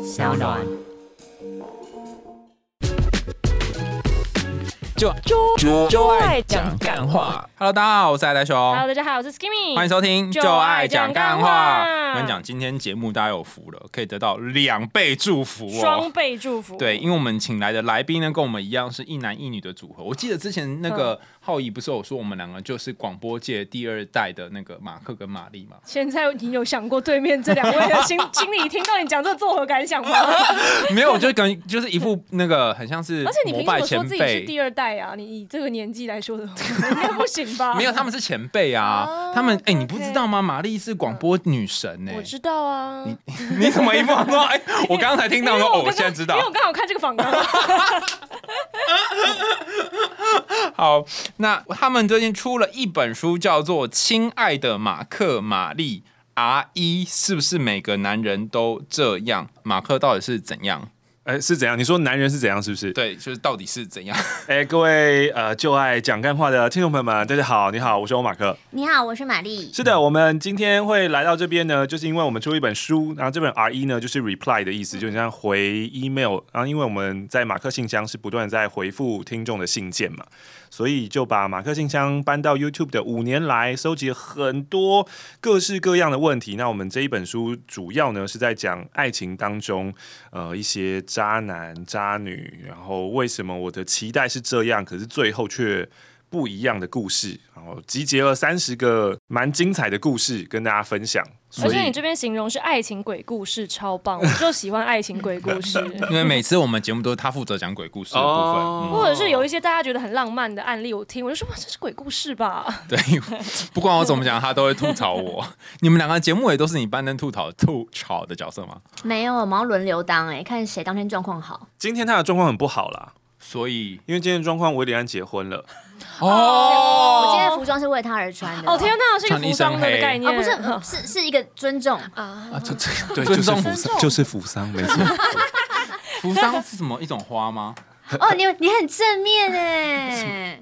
小暖。 就爱讲干话。Hello， 大家好，我是海苔熊。 Hello， 大家好，我是 Skimmy。 欢迎收听就爱讲干话。我跟你讲，今天节目大家有福了，可以得到2倍祝福哦， 双倍祝福。 对，因为我们请来的来宾呢，跟我们一样是一男一女的组合。我记得之前那个浩怡不是有说我们2个就是广播界第2代的那个马克跟玛丽吗？ 现在你有想过对面这2位的心里听到你讲这作何感想吗？ 没有，就是一副那个很像是而且你凭什么说自己是第2代啊？你以这个年纪来说的话，应该不行吧？ 没有，他们是前辈啊。他们你不知道吗？玛丽是广播女神我知道啊。 你怎么一副说我刚刚才听到说我现在知道， 因为我刚好看这个访谈。 好，那他们最近出了一本书，叫做《亲爱的马克玛丽》，R1是不是每个男人都这样？马克到底是怎样？ 是怎样？你说男人是怎样？是不是？ 对，就是到底是怎样？ 各位就爱讲干话的听众朋友们，大家好，你好，我是欧马克。 你好，我是玛丽。 是的，我们今天会来到这边呢，就是因为我们出了一本书，然后这本 R1 呢就是 reply 的意思，就像回 email， 然后因为我们在马克信箱是不断在回复听众的信件嘛，所以就把马克信箱搬到 YouTube 的5年来，收集了很多各式各样的问题。那我们这一本书主要呢是在讲爱情当中一些渣男渣女，然后为什么我的期待是这样，可是最后却不一样的故事，然后集结了30个蛮精彩的故事跟大家分享。 而且你这边形容是爱情鬼故事，超棒！我就喜欢爱情鬼故事， 因为每次我们节目都是他负责讲鬼故事的部分， 或者是有一些大家觉得很浪漫的案例，我听我就说哇，这是鬼故事吧？ 对，不管我怎么讲，他都会吐槽我。你们2个节目也都是你班登吐槽的角色吗？ 没有，我们要轮流当看谁当天状况好。 今天他的状况很不好啦， 所以因为今天的状况，维里安结婚了。 我今天的服装是为他而穿的。 哦天哪，是一个服装的概念， 不是一个尊重啊。 对， 尊重就是扶桑，没错。 扶桑是什么一种花吗？ 你很正面哎！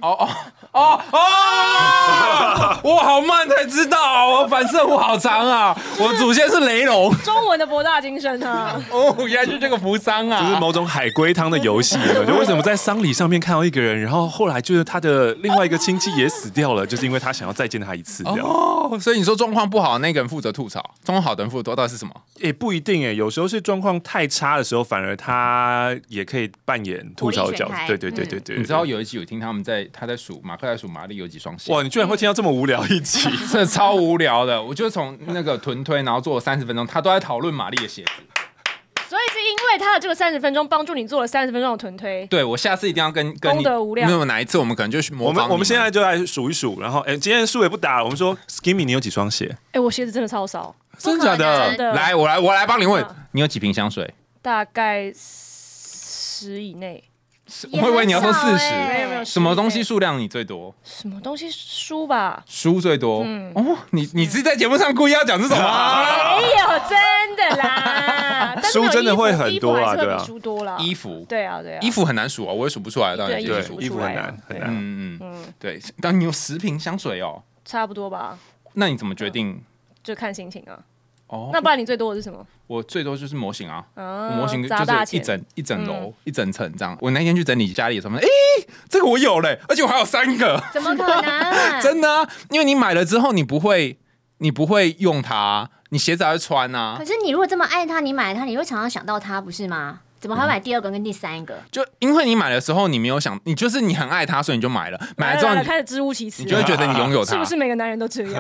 我好慢才知道，我反射弧好长啊！我祖先是雷龙， 中文的博大精深啊！ 原来是这个扶桑啊！ 就是某种海龟汤的游戏，就为什么在丧礼上面看到一个人，然后后来就是他的另外一个亲戚也死掉了，就是因为他想要再见他一次。 所以你说状况不好，那个人负责吐槽；状况好的人负责到底是什么？ 不一定有时候是状况太差的时候，反而他也可以扮演吐槽的角色。对。 你知道有一集有听他在数马克在数玛丽有几双鞋？ 哇，你居然会听到这么无聊一集， 真的超无聊的。我就从那个臀推，然后做了30分钟，他都在讨论玛丽的鞋子。 所以是因为他的这个30分钟帮助你做了30分钟的臀推。 对，我下次一定要跟你功德无量。 没有哪一次我们可能就模仿我们现在就来数一数，然后今天数也不打了，我们说 Skimmy 你有几双鞋？ 我鞋子真的超少， 真的假的？ 真的。 来，我来帮你问，你有几瓶香水？ 大概10以内。 我以为你要说40， 没有。 什么东西数量你最多？ 什么东西书吧？ 书最多。你是在节目上故意要讲这种吗？ 没有，真的啦。 书真的会很多啊， 对啊。书多啦。 衣服， 对啊。 衣服很难数啊，我也数不出来。 对， 衣服很难。 对，但你有10瓶香水哦， 差不多吧。 那你怎么决定？ 就看心情啊。那不然你最多的是什么？ 我最多就是模型啊，模型就是一整楼一整层这样。我那天去整理家里的时候，这个我有嘞，而且我还有3个。 怎么可能？ 真的啊，因为你买了之后你不会用它，你鞋子还会穿啊。 可是你如果这么爱它，你买了它，你会常常想到它，不是吗？怎么还买第2个跟第3个？ 就因为你买的时候你没有想，你就是你很爱它，所以你就买了。买了之后开始支吾其词， 你就会觉得你拥有它。 是不是每个男人都这样？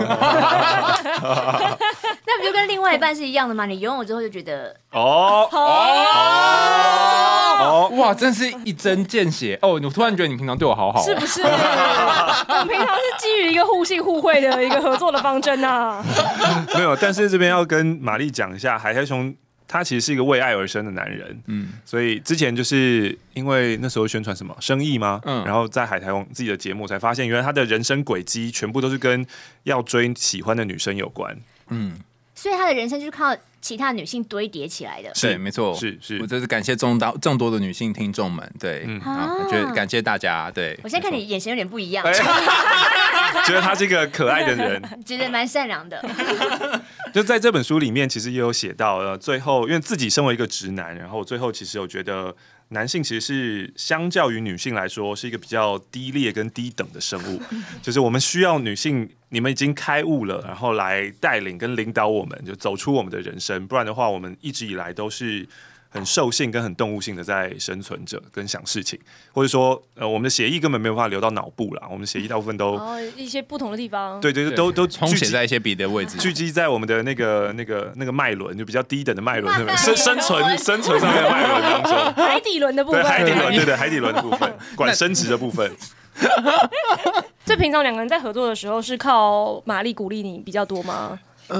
那不就跟另外一半是一样的吗？你拥有之后就觉得哇，真是一针见血哦！我突然觉得你平常对我好好， 是不是？我们平常是基于一个互信互惠的一个合作的方针啊。 没有，但是这边要跟玛丽讲一下，海苔熊他其实是一个为爱而生的男人，所以之前就是因为那时候宣传什么生意吗？然后在海苔王自己的节目才发现，原来他的人生轨迹全部都是跟要追喜欢的女生有关， 所以他的人生就是靠其他女性堆叠起来的。 对，没错， 是。 我这是感谢众多的女性听众们，对，我觉得感谢大家。对， 我现在看你眼神有点不一样， 觉得他是一个可爱的人， 觉得蛮善良的。 就在这本书里面，其实也有写到，最后因为自己身为一个直男，然后我最后其实有觉得。男性其实是相较于女性来说是一个比较低劣跟低等的生物，就是我们需要女性，你们已经开悟了，然后来带领跟领导我们，就走出我们的人生，不然的话，我们一直以来都是很兽性跟很动物性的在生存着跟想事情，或者说我们的血液根本没有办法流到脑部啦，我们的血液大部分都一些不同的地方， 对，都充血在一些别的位置， 聚集在我们的那个脉轮，就比较低等的脉轮，生存上面的脉轮当中， 海底轮的部分， 海底轮对海底轮的部分，管生殖的部分。 所以平常两个人在合作的时候，是靠玛丽鼓励你比较多吗？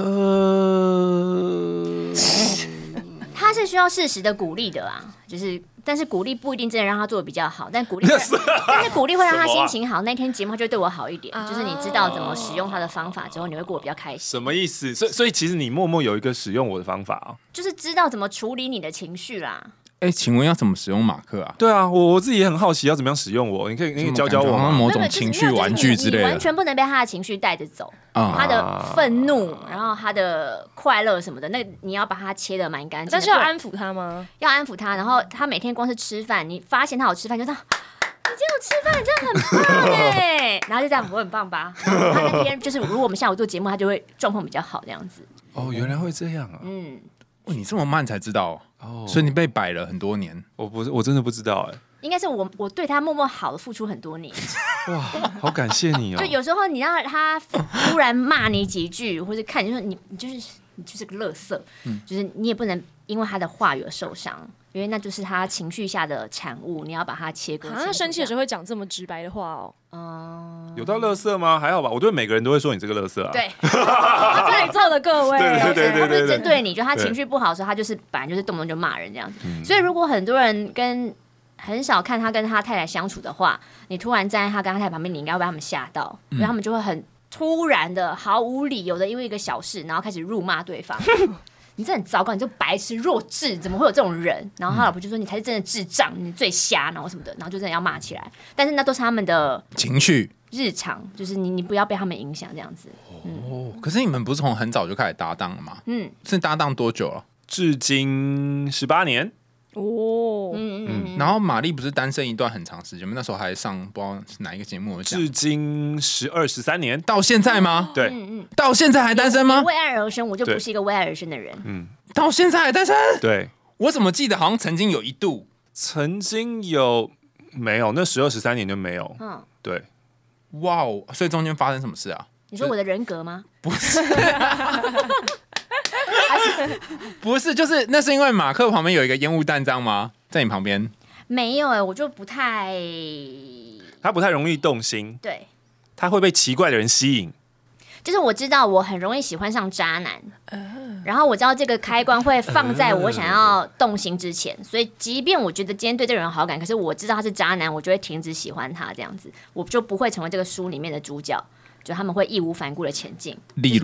他是需要适时的鼓励的啊，但是鼓励不一定真的让他做的比较好，但是鼓励会让他心情好，那天节目就会对我好一点。就是你知道怎么使用他的方法之后，你会过得比较开心。 什么意思？所以其实你默默有一个使用我的方法啊， 就是知道怎么处理你的情绪啦。 请问要怎么使用马克啊？ 对啊，我自己也很好奇要怎么样使用我，你可以教我吗？ 某种情绪玩具之类的， 你完全不能被他的情绪带着走，他的愤怒，然后他的快乐什么的，那你要把它切得蛮干净。 但是要安抚他吗？ 要安抚他，然后他每天光是吃饭，你发现他有吃饭，就说。你今天有吃饭，你真的很棒哎！然后就这样，我很棒吧？他那天就是，如果我们下午做节目，他就会状况比较好这样子。 哦，原来会这样啊！ 你这么慢才知道哦，所以你被摆了很多年。 我真的不知道哎。 应该是我对他默默好了，付出很多年。 哇，好感谢你哦！ 就有时候你让他突然骂你几句，或者看你说你就是个垃圾，就是你也不能因为他的话语而受伤。因为那就是他情绪下的产物，你要把它切割。 他生气的时候会讲这么直白的话哦。 有到垃圾吗？还好吧，我对每个人都会说你这个垃圾啊。 对， 在座的各位， 对， 他不是针对你，就他情绪不好的时候，他就是本来就是动不动就骂人这样子。所以如果很多人很少看他跟他太太相处的话，你突然站在他跟他太太旁边，你应该会被他们吓到，因为他们就会很突然的、毫无理由的，因为一个小事，然后开始辱骂对方。你这很糟糕，你就白痴弱智，怎么会有这种人？然后他老婆就说你才是真的智障，你最瞎，然后什么的，然后就真的要骂起来。但是那都是他们的情绪日常，就是你不要被他们影响这样子。 可是你们不是从很早就开始搭档了吗？是搭档多久了？ 至今18年。 然后玛丽不是单身一段很长时间吗？那时候还上不知道是哪一个节目， 至今12、13年， 到现在吗？ 对， 到现在还单身吗？ 为爱而生，我就不是一个为爱而生的人。 到现在还单身？ 对， 我怎么记得好像曾经有一度， 没有？那12、13年就没有。对， 哇哦！所以中间发生什么事啊？ 你说我的人格吗？ 不是。不是，就是那是因为马克旁边有一个烟雾弹章吗？在你旁边？ 没有我就不太， 他不太容易动心， 对， 他会被奇怪的人吸引。 就是我知道我很容易喜欢上渣男，然后我知道这个开关会放在我想要动心之前，所以即便我觉得今天对这个人有好感，可是我知道他是渣男，我就会停止喜欢他，这样子我就不会成为这个书里面的主角，就他们会义无反顾的前进。 例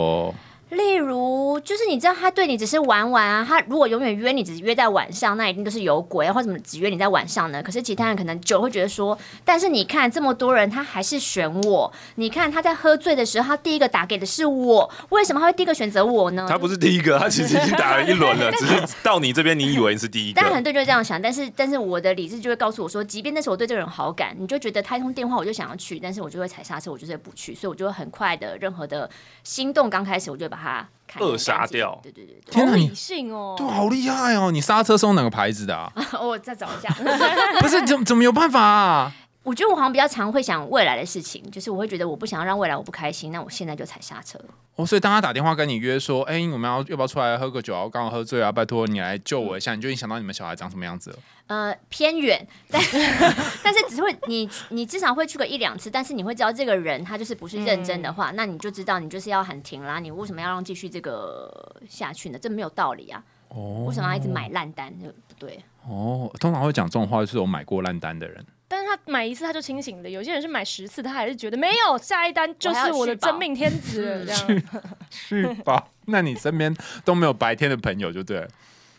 如，就是你知道他对你只是玩玩啊，他如果永远约你只约在晚上，那一定都是有鬼啊，或者怎么只约你在晚上呢？可是其他人可能久会觉得说，但是你看这么多人，他还是选我。你看他在喝醉的时候，他第一个打给的是我，为什么他会第一个选择我呢？ 他不是第一个，他其实已经打了一轮了，只是到你这边你以为是第一个。 但很多人就这样想，但是我的理智就会告诉我说，即便那时候我对这个人有好感，你就觉得他一通电话我就想要去，但是我就会踩刹车，我就是不去，所以我就会很快的任何的心动刚开始，我就会把它扼杀掉。 对， 天哪， 好理性哦， 对，好厉害哦！你刹车是用哪个牌子的啊？ 我再找一下。 不是，怎么有办法啊？ 我觉得我好像比较常会想未来的事情，就是我会觉得我不想要让未来我不开心，那我现在就踩刹车。 所以当他打电话跟你约说，我们要不要出来喝个酒啊？我刚好喝醉啊，拜托你来救我一下，你就已经想到你们小孩长什么样子了。 偏远，但是只会你至少会去个1-2次，但是你会知道这个人他就是不是认真的话，那你就知道你就是要喊停啦。你为什么要让继续这个下去呢？这没有道理啊。为什么要一直买烂单？不对。 通常会讲这种话就是有买过烂单的人。 但是他买一次他就清醒的，有些人是买10次，他还是觉得没有下一单就是我的真命天子了，这样。 续保？那你身边都没有白天的朋友就对了。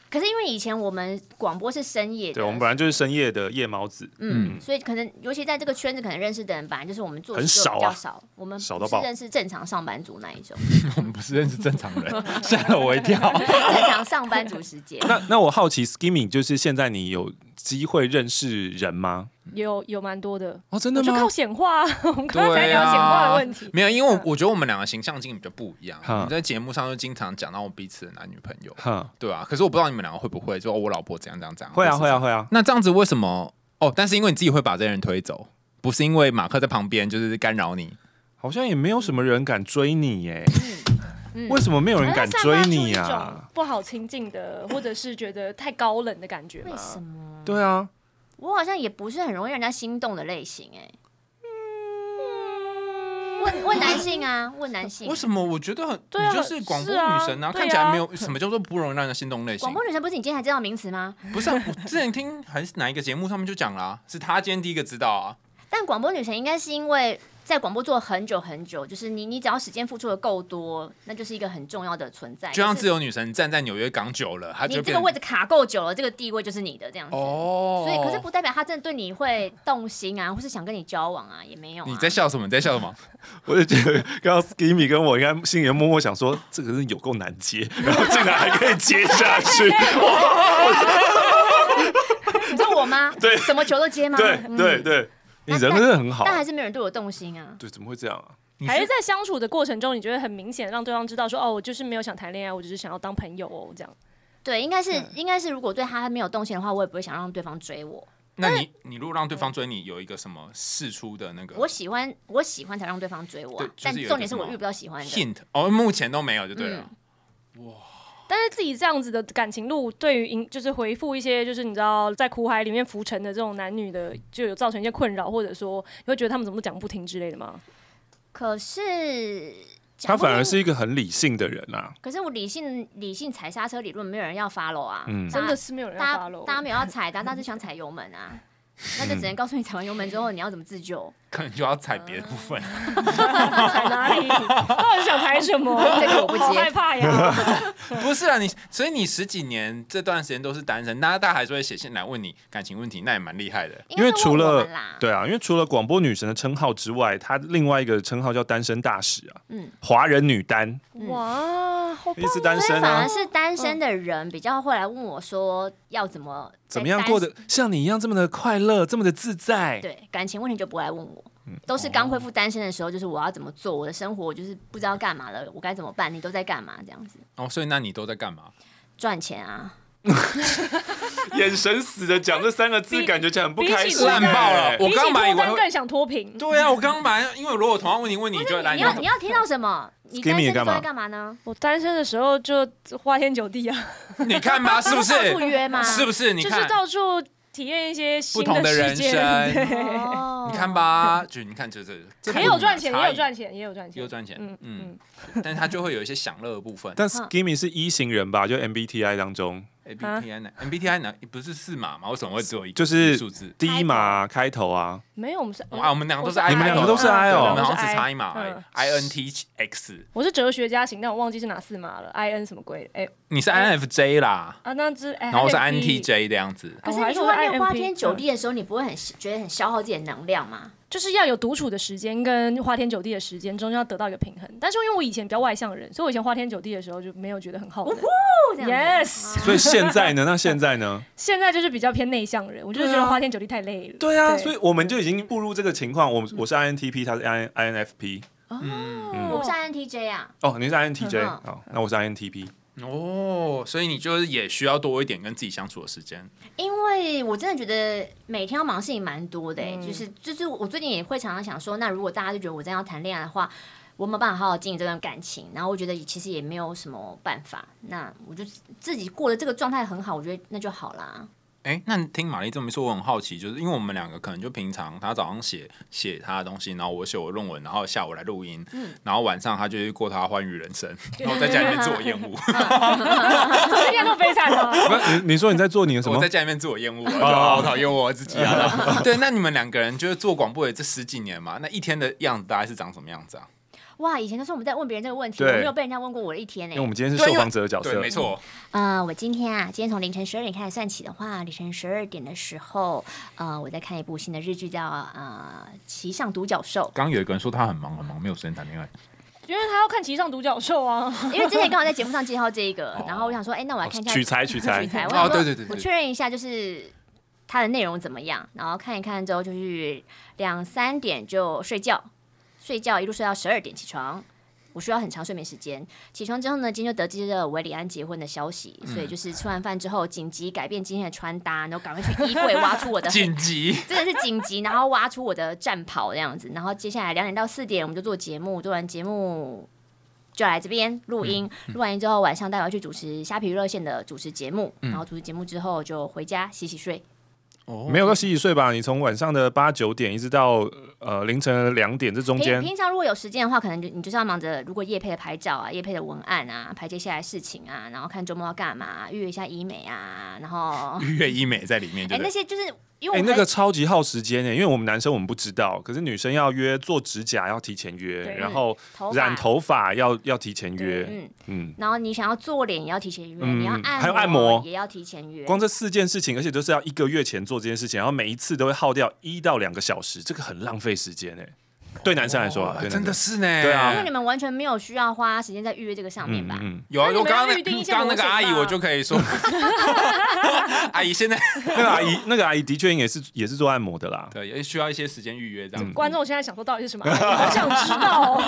可是因为以前我们广播是深夜的， 对，我们本来就是深夜的夜猫子， 所以可能尤其在这个圈子，可能认识的人本来就是我们做事很少啊比较少，我们少到爆不是认识正常上班族那一种， 我们不是认识正常人，吓了我一跳。 正常上班族时间。 那我好奇 ，Skimming 就是现在你有机会认识人吗？ 有蛮多的哦，真的吗我就靠？显化，我们刚才聊显化的问题。 没有，因为我觉得我们两个形象经比较不一样。 哈我们在节目上就经常讲到我们彼此的男女朋友， 哈， 对啊。可是我不知道你们两个会不会，就我老婆怎样怎样怎样。 会啊， 或是会啊，会啊。 那这样子为什么？哦，但是因为你自己会把这些人推走，不是因为马克在旁边就是干扰你。 好像也没有什么人敢追你耶。为什么没有人敢追你可能它散发出一种啊？ 不好亲近的，或者是觉得太高冷的感觉吗？ 为什么？ 对啊， 我好像也不是很容易让人家心动的类型哎。问男性啊，问男性为。什么？我觉得对啊你就是广播是啊女神啊， 对啊看起来没有什么叫做不容易让人心动类型广。播女神不是你今天才知道名词吗？ 不是啊，我之前听还是哪一个节目上面就讲啦、是他今天第一个知道啊。 但广播女神应该是因为在广播做很久很久，就是你只要时间付出的够多，那就是一个很重要的存在。 就像是自由女神站在纽约港久了，她你就变这个位置卡够久了，这个地位就是你的这样子。 哦。 所以，可是不代表他真的对你会动心啊，或是想跟你交往啊，也没有、啊。 你在笑什么？你在笑什么？ 我就觉得刚刚 Skimmy 跟我应该心里面默默想说，这个人有够难接，然后竟然还可以接下去。 你说我吗？ 对什么球都接吗？ 对对对，你人真的很好但。还是没有人对我动心啊。 对，怎么会这样啊？ 还是在相处的过程中，你觉得很明显让对方知道说，哦，我就是没有想谈恋爱，我只是想要当朋友哦，这样。 对，应该是，如果对他没有动心的话，我也不会想让对方追我。 那你如果让对方追你，有一个什么试出的那个我喜欢才让对方追我啊、 对就是但有一个什么重点是我遇不到喜欢的。 hint 哦，目前都没有就对了。 但是自己这样子的感情路，对于就是回复一些就是你知道在苦海里面浮沉的这种男女的，就有造成一些困扰，或者说你会觉得他们怎么都讲不听之类的吗？ 可是他反而是一个很理性的人啊。 可是我理性踩刹车理论，没有人要 follow 啊。 真的是没有人要大家 follow， 大家没有要踩的啊，大家只想踩油门啊。那就只能告诉你，踩完油门之后你要怎么自救。 可能就要踩别的部分。 踩哪里？到底想踩什么？ 这个我不接好害怕呀！ 不是啊，所以你10几年这段时间都是单身，大家还是会写信来问你感情问题，那也蛮厉害的。 因为除应该是问我了们啦对啊，因为除了广播女神的称号之外，她另外一个称号叫单身大使啊，华人女单， 哇，好棒一！直单所以身啊， 反而是单身的人比较会来问我说要怎么过得像你一样这么的快乐，这么的自在。 对感情问题就不会来问我，都是刚恢复单身的时候，就是我要怎么做，我的生活我就是不知道干嘛了，我该怎么办？你都在干嘛？这样子哦，所以那你都在干嘛？ 赚钱啊。 眼神死的讲这3个字，感觉起来很不开心， 烂爆了我比起刚本来以为脱单更想脱贫。 对啊，我刚刚本来因为如果同样问题问你，就会来你要听到什么？你单身的时候在干嘛呢？ 我单身的时候就花天酒地啊， 你看吧，是不是？ 到处约嘛， 是不是？你就是看到处体验一些新不同的人世界生对哦你看吧，就你看这也有赚钱， 差异也有赚钱，也有赚钱， 也有赚钱， 嗯但是他就会有一些享乐的部分。 但 Skimmy 是1型人吧？就 MBTI 当中， MBTI 呢不是4码吗？为什么会只有一个就是数字？ 第一码开头啊。 没有，我们是我们两个都是 I， 你们两个都是 I 哦我们好像我是只差一码嗯 ，INTX。 我是哲学家型，但我忘记是哪4码了，IN 什么鬼？哎你是 INFJ 啦， 啊，那只然后我是 INTJ 的样子。 可是你去外面花天酒地的时候，你不会觉得很消耗自己的能量吗？ 就是要有独处的时间跟花天酒地的时间中间要得到一个平衡。但是因为我以前比较外向的人，所以我以前花天酒地的时候就没有觉得很耗能。 这样子 Yes， 所以现在呢？那现在呢？ 现在就是比较偏内向的人，我就是觉得花天酒地太累了。 对啊，所以我们就已经步入这个情况。我是 INTP， 他是 INFP。 我是 INTJ 啊。 哦，你是 INTJ，好，那我是 INTP。 哦，所以你就是也需要多一点跟自己相处的时间。 因为我真的觉得每天要忙的事情蛮多的、就是我最近也会常常想说，那如果大家就觉得我真的要谈恋爱的话，我没有办法好好经营这段感情，然后我觉得其实也没有什么办法，那我就自己过的这个状态很好，我觉得那就好啦。 那你听玛丽这么说，我很好奇，就是因为我们两个可能就平常他早上写他的东西，然后我写我的论文，然后下午来录音，然后晚上他就去过他欢愉人生，然后我在家里面自我厌恶。 昨天那么悲惨啊！ 你说你在做你的什么？ 我在家里面自我厌恶，我就好讨厌我自己啊。对，那你们两个人就是做广播的这10几年嘛，那一天的样子大概是长什么样子啊？ 哇，以前都是我们在问别人这个问题，我没有被人家问过我的一天呢。 因为我们今天是受访者的角色， 对，没错。 我今天从凌晨12点开始算起的话，凌晨12点的时候，我在看一部新的日剧叫骑上独角兽。 刚有一个人说他很忙，没有时间谈恋爱。 因为他要看《骑上独角兽》啊， 因为之前刚好在节目上介绍这一个，然后我想说，那我来看一下取材。 哦， 对， 我确认一下，就是它的内容怎么样，然后看一看之后，就是2、3点就睡觉一路睡到12点起床。我需要很长睡眠时间。起床之后呢，今天就得知了韦礼安结婚的消息，所以就是吃完饭之后紧急改变今天的穿搭，然后赶快去衣柜挖出我的紧急， 真的是紧急，然后挖出我的战袍这样子。然后接下来2点到4点我们就做节目，做完节目就来这边录音，录完音之后晚上带我要去主持虾皮热线的主持节目，然后主持节目之后就回家洗睡。 没有到洗睡吧？你从晚上的8、9点一直到凌晨2点，这中间平常如果有时间的话，可能你就是要忙着如果业配的拍照啊、业配的文案啊、排接下来事情啊，然后看周末要干嘛，预约一下医美啊，然后预约医美在里面， 那些就是因为那个超级耗时间因为我们男生我们不知道，可是女生要约做指甲要提前约，然后染头发要提前约， 然后你想要做脸也要提前约，你要还有按摩也要提前约， 光这4件事情，而且都是要1个月前做这件事情，然后每一次都会耗掉1到2个小时，这个很浪费时间对男生来说真的是呢， 对啊， 因为你们完全没有需要花时间在预约这个上面吧？ 有啊，我刚刚那个阿姨我就可以说，阿姨现在那个阿姨的确也是做按摩的啦， 对，也需要一些时间预约这样。 观众现在想说到底是什么？好想知道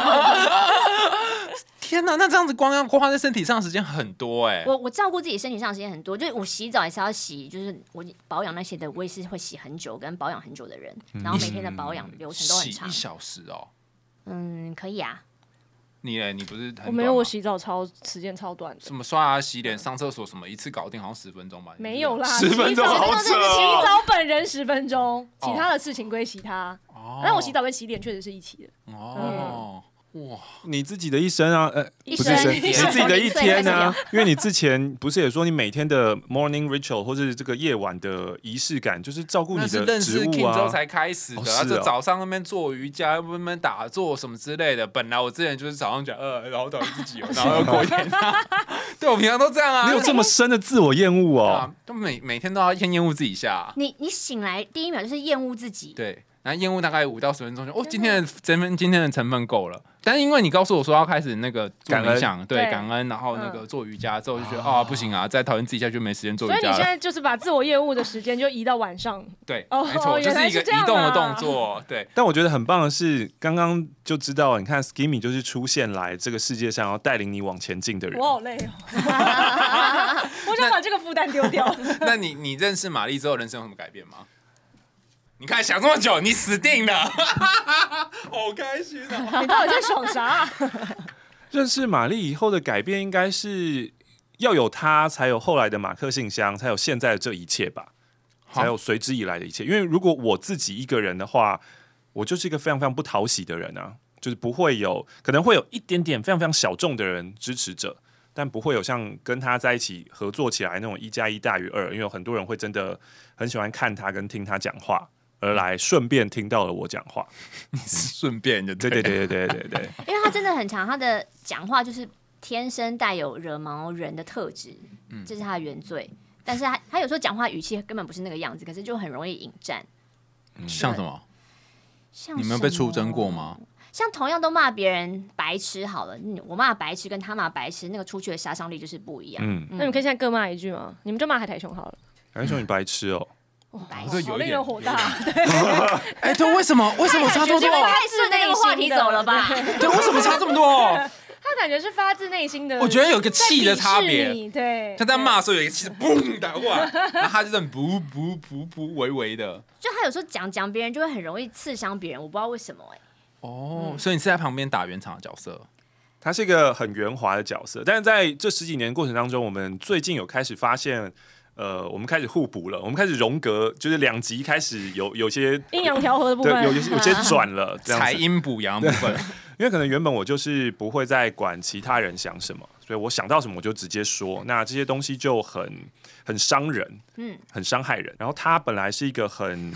天哪，那这样子光要花在身体上的时间很多我照顾自己身体上的时间很多，就是我洗澡也是要洗，就是我保养那些的，我也是会洗很久跟保养很久的人，然后每天的保养流程都很长。 洗1小时哦？ 可以啊。 你不是很我没有，我洗澡时间超短的， 什么刷牙、洗脸、上厕所什么一次搞定，好像10分钟吧？ 没有啦 ，10分钟好扯洗澡本人10分钟，其他的事情归其他。但我洗澡跟洗脸确实是一起的。 哇，你自己的一生啊，不是一你自己的一天啊，因为你之前不是也说你每天的 morning ritual 或是这个夜晚的仪式感，就是照顾你的植物啊。 那是认识 King 之后才开始的，就早上那边做瑜伽，那边打坐什么之类的。本来我之前就是早上讲然后讨厌自己然后又过一天。对，我平常都这样啊。 你有这么深的自我厌恶哦？ 都每天都要先厌恶自己一下。 你醒来第1秒就是厌恶自己。 对。然后厌恶大概5到10分钟就今天的成分够了，但是因为你告诉我说要开始那个做冥想，对感恩，然后那个做瑜伽之后就觉得不行啊，再讨厌自己下去就没时间做瑜伽了。 所以你现在就是把自我厌恶的时间就移到晚上。 对，没错，就是一个移动的动作。对， 但我觉得很棒的是，刚刚就知道，你看 Skimmy 就是出现来这个世界上，要带领你往前进的人。 我好累哦，我想把这个负担丢掉。 那你认识玛丽之后，人生有什么改变吗？你看想这么久，你死定了，好开心啊！ 你到底在爽啥？ 认识玛丽以后的改变，应该是要有她，才有后来的马克信箱，才有现在的这一切吧，才有随之以来的一切。因为如果我自己一个人的话，我就是一个非常非常不讨喜的人啊，就是不会有，可能会有一点点非常非常小众的人支持者，但不会有像跟他在一起合作起来那种1+1大于2，因为有很多人会真的很喜欢看他跟听他讲话。而来顺便听到了我讲话， 你是顺便就对， 因为他真的很强，他的讲话就是天生带有惹毛人的特质，这是他的原罪。但是他有时候讲话语气根本不是那个样子，可是就很容易引战。 像什么？ 像你们有被出征过吗？ 像同样都骂别人白痴好了，我骂白痴跟他骂白痴，那个出去的杀伤力就是不一样。 那你们可以现在各骂一句吗？你们就骂海苔熊好了。 海苔熊你白痴哦。 好令人火大！ 对，为什么差这么多？ 太顺那个话题走了吧？ 对，为什么差这么多？ 他感觉是发自内心的， 我觉得有个气的差别。 对， 他在骂的时候有一个气，嘣打过来，然后他就在不微微的。 就他有时候讲别人就会很容易刺伤别人，我不知道为什么所以你是在旁边打圆场的角色。 他是一个很圆滑的角色，但是在这10几年过程当中，我们最近有开始发现。我们开始互补了，我们开始荣格，就是2极开始有些阴阳调和的部分， 对，有些转了， 采阴补阳的部分。 因为可能原本我就是不会再管其他人想什么，所以我想到什么我就直接说，那这些东西就很伤人，很伤害人。然后他本来是一个很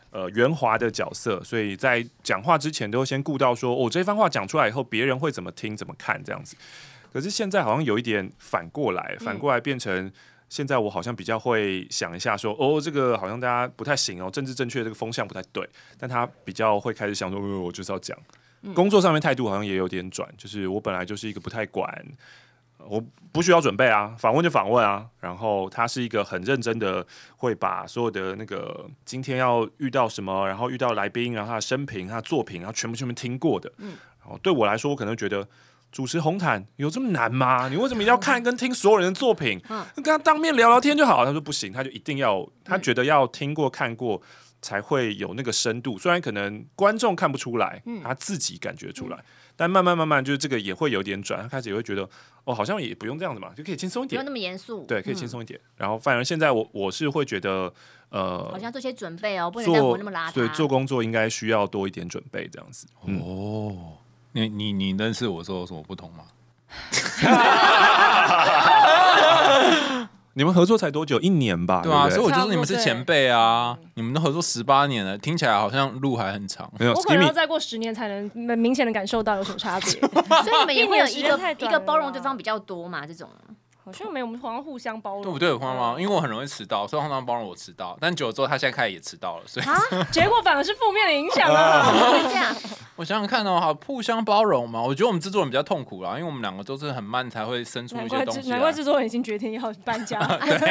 圆滑的角色，所以在讲话之前都会先顾到说，这番话讲出来以后，别人会怎么听、怎么看这样子。可是现在好像有一点反过来变成现在我好像比较会想一下说，这个好像大家不太行哦，政治正确这个风向不太对，但他比较会开始想说，我就是要讲。工作上面态度好像也有点转，就是我本来就是一个不太管。我不需要准备啊，访问就访问啊。然后他是一个很认真的，会把所有的那个今天要遇到什么，然后遇到来宾，然后他的生平、他的作品，然后全部听过的。然后对我来说，我可能觉得主持红毯有这么难吗？你为什么一定要看跟听所有人的作品？跟他当面聊聊天就好。他说不行，他就一定要，他觉得要听过看过才会有那个深度。虽然可能观众看不出来，他自己感觉出来。但慢慢，就是这个也会有点转，他开始也会觉得，好像也不用这样子嘛，就可以轻松一点， 不用那么严肃， 对，可以轻松一点。然后反而现在我是会觉得， 好像做些准备不能再活那么邋遢。 对，做工作应该需要多一点准备，这样子。 你认识我说有什么不同吗？ 你们合作才多久？1年吧？ 对啊， 对不对？ 所以我就说你们是前辈啊，你们都合作18年了，听起来好像路还很长。 没有， 我可能要再过10年才能明显的感受到有什么差别。 所以你们也会有一个包容对方比较多嘛？这种好像没有，我们好像互相包容， 对不对？慌吗？因为我很容易迟到，所以通常包容我迟到。但久了之后，他现在开始也迟到了，所以结果反而是负面的影响啊！ 怎么会这样？ 我想想看好互相包容嘛。我觉得我们制作人比较痛苦啦，因为我们2个都是很慢才会生出一些东西。 难怪制作人已经决定要搬家。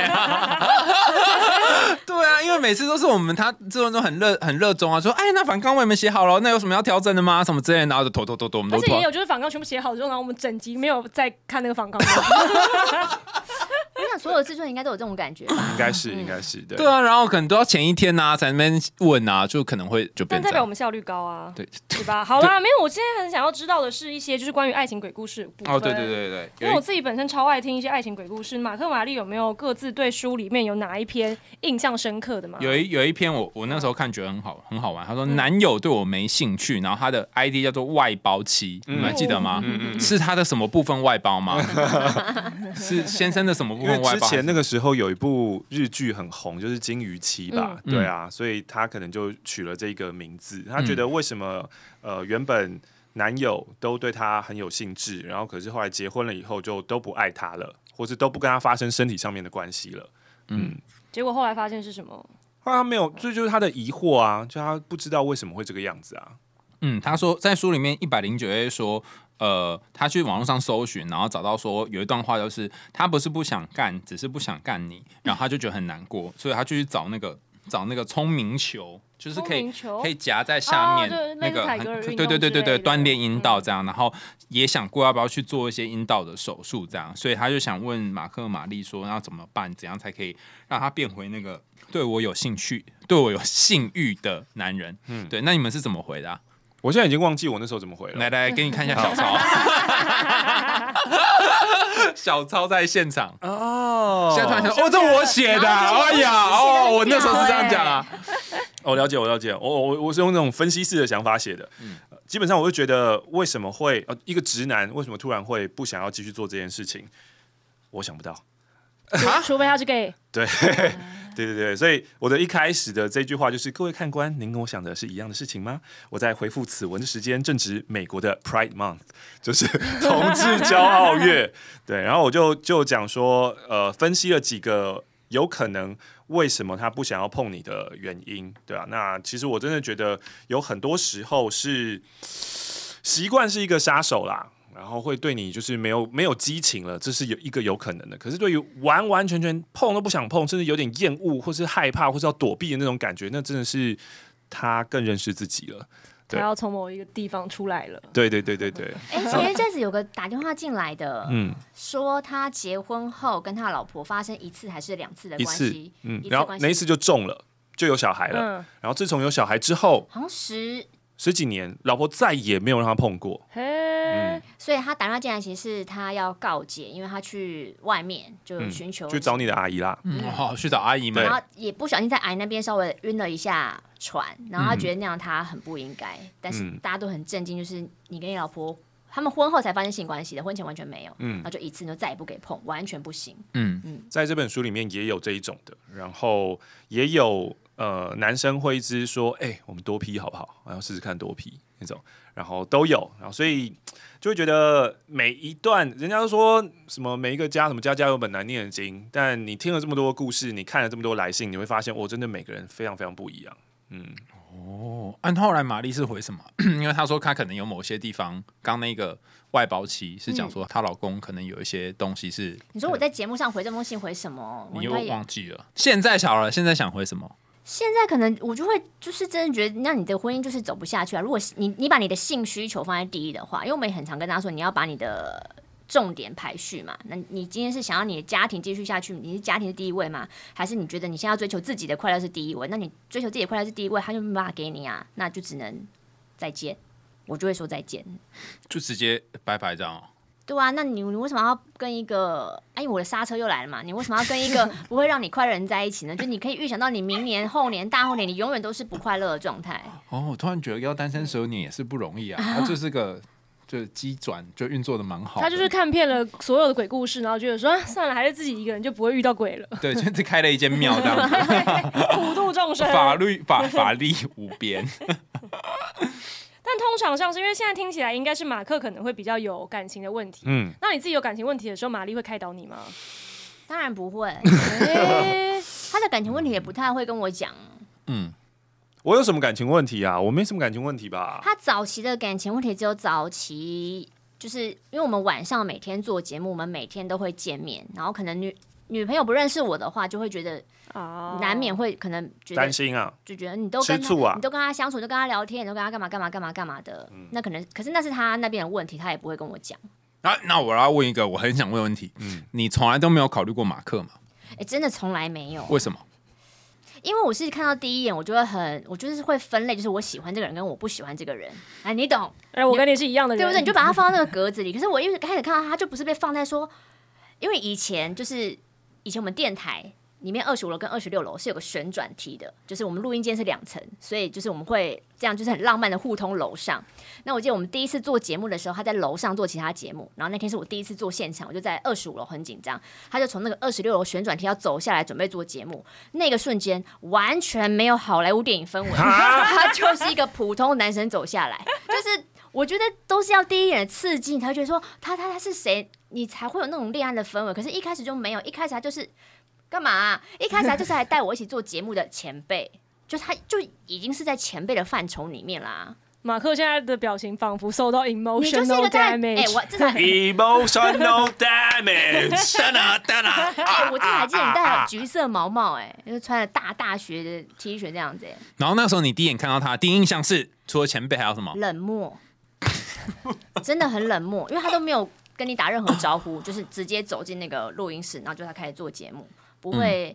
对啊，因为每次都是他制作人都很热衷啊，说那反纲我们写好了，那有什么要调整的吗？什么之类的，然后就拖，我们都拖。 而且也有就是反纲全部写好之后，然后我们整集没有再看那个反纲。 我想所有制作人应该都有这种感觉吧？ 应该是对。 对啊，然后可能都要前一天才那边问啊，就可能会就变这样。 但代表我们效率高啊， 对吧？好啦，没有，我现在很想要知道的是一些就是关于爱情鬼故事的部分。 对， 因为我自己本身超爱听一些爱情鬼故事。马克玛丽有没有各自对书里面有哪一篇印象深刻的吗？ 有一篇我那时候看觉得很好玩，他说男友对我没兴趣，然后他的 ID 叫做外包妻，你们还记得吗？是他的什么部分外包吗？是先生的什么部分外包？ 因为之前那个时候有一部日剧很红，就是《金鱼妻》吧，对啊，所以他可能就取了这个名字。他觉得为什么原本男友都对他很有兴致，然后可是后来结婚了以后就都不爱他了，或是都不跟他发生身体上面的关系了。 结果后来发现是什么？ 后来他没有，这就是他的疑惑啊，就他不知道为什么会这个样子啊。 他说在书里面109页说，他去网络上搜寻，然后找到说有一段话，就是他不是不想干，只是不想干你，然后他就觉得很难过，所以他就去找那个聪明球，就是可以夹在下面那个对锻炼阴道这样，然后也想过要不要去做一些阴道的手术这样，所以他就想问马克玛丽说要怎么办，怎样才可以让他变回那个对我有兴趣、对我有性欲的男人。对，那你们是怎么回的？ 我现在已经忘记我那时候怎么回了。 来，给你看一下小抄。小抄在现场哦。现在突然想，这我写的，哎呀，我那时候是这样讲啊。 我了解，我是用那种分析式的想法写的。基本上我就觉得，为什么会一个直男为什么突然会不想要继续做这件事情？我想不到。 除非他是 gay。 对，所以我的一开始的这句话就是：各位看官，您跟我想的是一样的事情吗？我在回复此文的时间正值美国的 Pride Month， 就是同志骄傲月。对，然后我就讲说，分析了几个有可能为什么他不想要碰你的原因，对啊。那其实我真的觉得有很多时候是习惯是一个杀手啦。然后会对你就是没有激情了，这是一个有可能的。可是对于完完全全碰都不想碰，甚至有点厌恶或是害怕或是要躲避的那种感觉，那真的是他更认识自己了。 他要从某一个地方出来了。 对。 前一阵子有个打电话进来的，说他结婚后跟他老婆发生1次还是2次的关系， 然后那一次就中了，就有小孩了。然后自从有小孩之后， 好像十几年，老婆再也没有让他碰过。 所以他打电话进来，其实是他要告解，因为他去外面就寻求去找你的阿姨啦。 去找阿姨们， 然后也不小心在阿姨那边稍微晕了一下船，然后他觉得那样他很不应该，但是大家都很震惊，就是你跟你老婆他们婚后才发生性关系的，婚前完全没有，然后就一次就再也不给碰，完全不行。 在这本书里面也有这一种的，然后也有男生会一直说，我们多批好不好？然后试试看多批那种，然后都有，然后所以就会觉得每一段，人家都说什么每一个家什么家家有本难念的经，但你听了这么多故事，你看了这么多来信，你会发现，真的每个人非常非常不一样。 按后来玛丽是回什么？因为她说她可能有某些地方，刚那个外包期是讲说她老公可能有一些东西是。 你说我在节目上回这封信回什么？ 你又忘记了？现在小了，现在想回什么？ 现在可能我就会就是真的觉得，那你的婚姻就是走不下去啊。如果你把你的性需求放在第一的话，因为我们也很常跟大家说，你要把你的重点排序嘛。那你今天是想要你的家庭继续下去，你是家庭是第一位吗？还是你觉得你现在要追求自己的快乐是第一位？那你追求自己的快乐是第一位，他就没办法给你啊，那就只能再见。我就会说再见， 就直接拜拜这样。 对啊，那你为什么要跟一个？我的刹车又来了嘛？你为什么要跟一个不会让你快乐人在一起呢？就你可以预想到，你明年、后年、大后年，你永远都是不快乐的状态。 我突然觉得要单身12年也是不容易啊。它就是个就机转就运作的蛮好的。 他就是看遍了所有的鬼故事，然后觉得说算了，还是自己一个人就不会遇到鬼了。 对，就是开了一间庙这样子， 普度众生， 法力无边。 但通常像是因为现在听起来应该是马克可能会比较有感情的问题，那你自己有感情问题的时候，玛丽会开导你吗？ 当然不会，他的感情问题也不太会跟我讲。 我有什么感情问题啊？我没什么感情问题吧？ 他早期的感情问题只有早期，就是因为我们晚上每天做节目，我们每天都会见面，然后可能女朋友不认识我的话，就会觉得难免会可能觉得担心啊， 就觉得你都跟他，你都跟他相处，你都跟他聊天，你都跟他干嘛的，那可是那是他那边的问题，他也不会跟我讲。 那我要问一个我很想问的问题，你从来都没有考虑过马克吗？ 真的从来没有。 为什么？ 因为我是看到第一眼，我就是会分类，就是我喜欢这个人跟我不喜欢这个人，你懂？ 我跟你是一样的人， 对不对？你就把他放到那个格子里。可是我一开始看到他，就不是被放在说，因为以前我们电台里面25楼跟26楼是有个旋转梯的，就是我们录音间是2层，所以就是我们会这样，就是很浪漫的互通楼上。那我记得我们第一次做节目的时候，他在楼上做其他节目，然后那天是我第一次做现场，我就在25楼很紧张，他就从那个26楼旋转梯要走下来准备做节目，那个瞬间完全没有好莱坞电影氛围，他就是一个普通男生走下来，就是我觉得都是要第一眼的刺激，你才会觉得说他是谁，你才会有那种恋爱的氛围。可是一开始就没有，一开始他就是干嘛一开始他就是来带我一起做节目的前辈，就他就已经是在前辈的范畴里面啦。 马克现在的表情仿佛受到 emotional damage， 我这才 emotional damage， 我这还记得你戴橘色毛帽，就是穿了大学的 T 恤这样子。 然后那时候你第一眼看到他，第一印象是除了前辈还有什么？ 冷漠，真的很冷漠，因为他都没有跟你打任何招呼，就是直接走进那个录音室，然后就他开始做节目，不会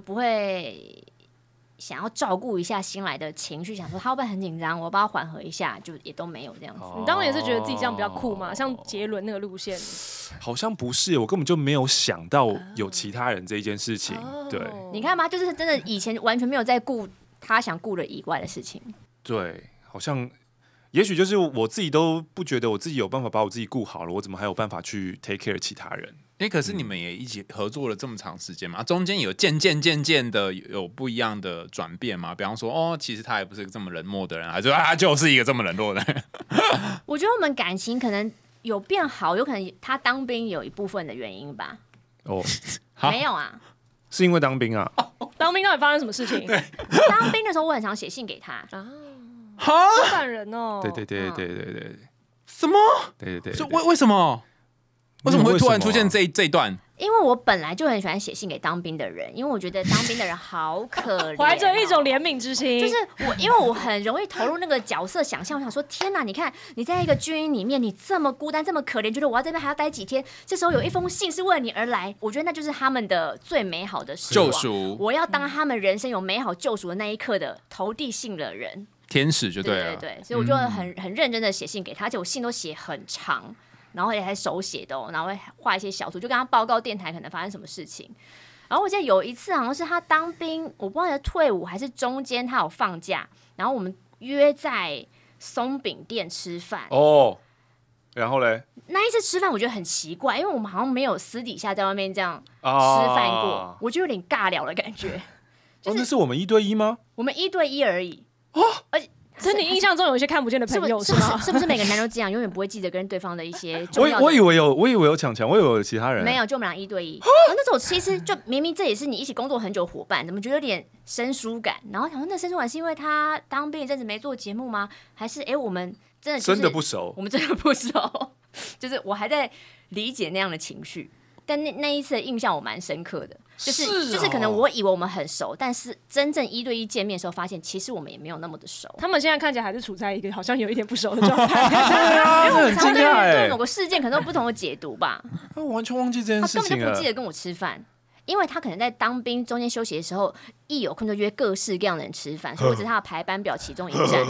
想要照顾一下新来的情绪，想说他会不会很紧张，我帮他缓和一下，就也都没有这样子。 你当然也是觉得自己这样比较酷嘛，像杰伦那个路线。 好像不是，我根本就没有想到有其他人这一件事情。对， 你看嘛，就是真的以前完全没有在顾他想顾的以外的事情。 对，好像也许就是我自己都不觉得我自己有办法把我自己顾好了，我怎么还有办法去 take care 其他人？ 可是你们也一起合作了这么长时间嘛，中间有渐渐的有不一样的转变吗？比方说，其实他也不是这么冷漠的人，还是他就是一个这么冷漠的人？ 我觉得我们感情可能有变好，有可能他当兵有一部分的原因吧。没有啊， 是因为当兵啊？ 当兵到底发生什么事情？ 当兵的时候我很常写信给他好感人哦。 对， 什么？ 对， 为什么？为什么会突然出现这一段？ 因为我本来就很喜欢写信给当兵的人，因为我觉得当兵的人好可怜， 怀着一种怜悯之心。 就是因为我很容易投入那个角色想象，我想说，天哪，你看你在一个军营里面，你这么孤单，这么可怜，觉得我要这边还要待几天，这时候有一封信是为了你而来，我觉得那就是他们的最美好的时光， 救赎。 我要当他们人生有美好救赎的那一刻的投递信的人， 天使就对了。 对，所以我就很认真的写信给他，而且我信都写很长。然后也还手写的然后会画一些小图，就跟他报告电台可能发生什么事情。然后我记得有一次好像是他当兵，我不知道退伍还是中间他有放假，然后我们约在松饼店吃饭。 然后嘞， 那一次吃饭我觉得很奇怪，因为我们好像没有私底下在外面这样吃饭过，我就有点尬聊的感觉。 那是我们1对1吗？ 我们1对1而已。而且所以你印象中有一些看不见的朋友是吗？ 是不是每个男都这样，永远不会记得跟对方的一些重要的？ 我以为有强，我以为有其他人。 没有，就我们俩1对1。那时候其实就明明这也是你一起工作很久伙伴，怎么觉得有点生疏感？然后想说那生疏感是因为他当兵一阵子没做节目吗？还是我们真的、就是、 真的不熟？ 我们真的不熟，就是我还在理解那样的情绪。但那一次的印象我蛮深刻的，就是可能我以为我们很熟，但是真正1对1见面的时候，发现其实我们也没有那么的熟。 他们现在看起来还是处在一个好像有一点不熟的状态， 因为我们常对某个事件可能有不同的解读吧。 我完全忘记这件事情了。 他根本就不记得跟我吃饭，因为他可能在当兵中间休息的时候，一有空就约各式各样的人吃饭，所以我只是他的排班表其中一站。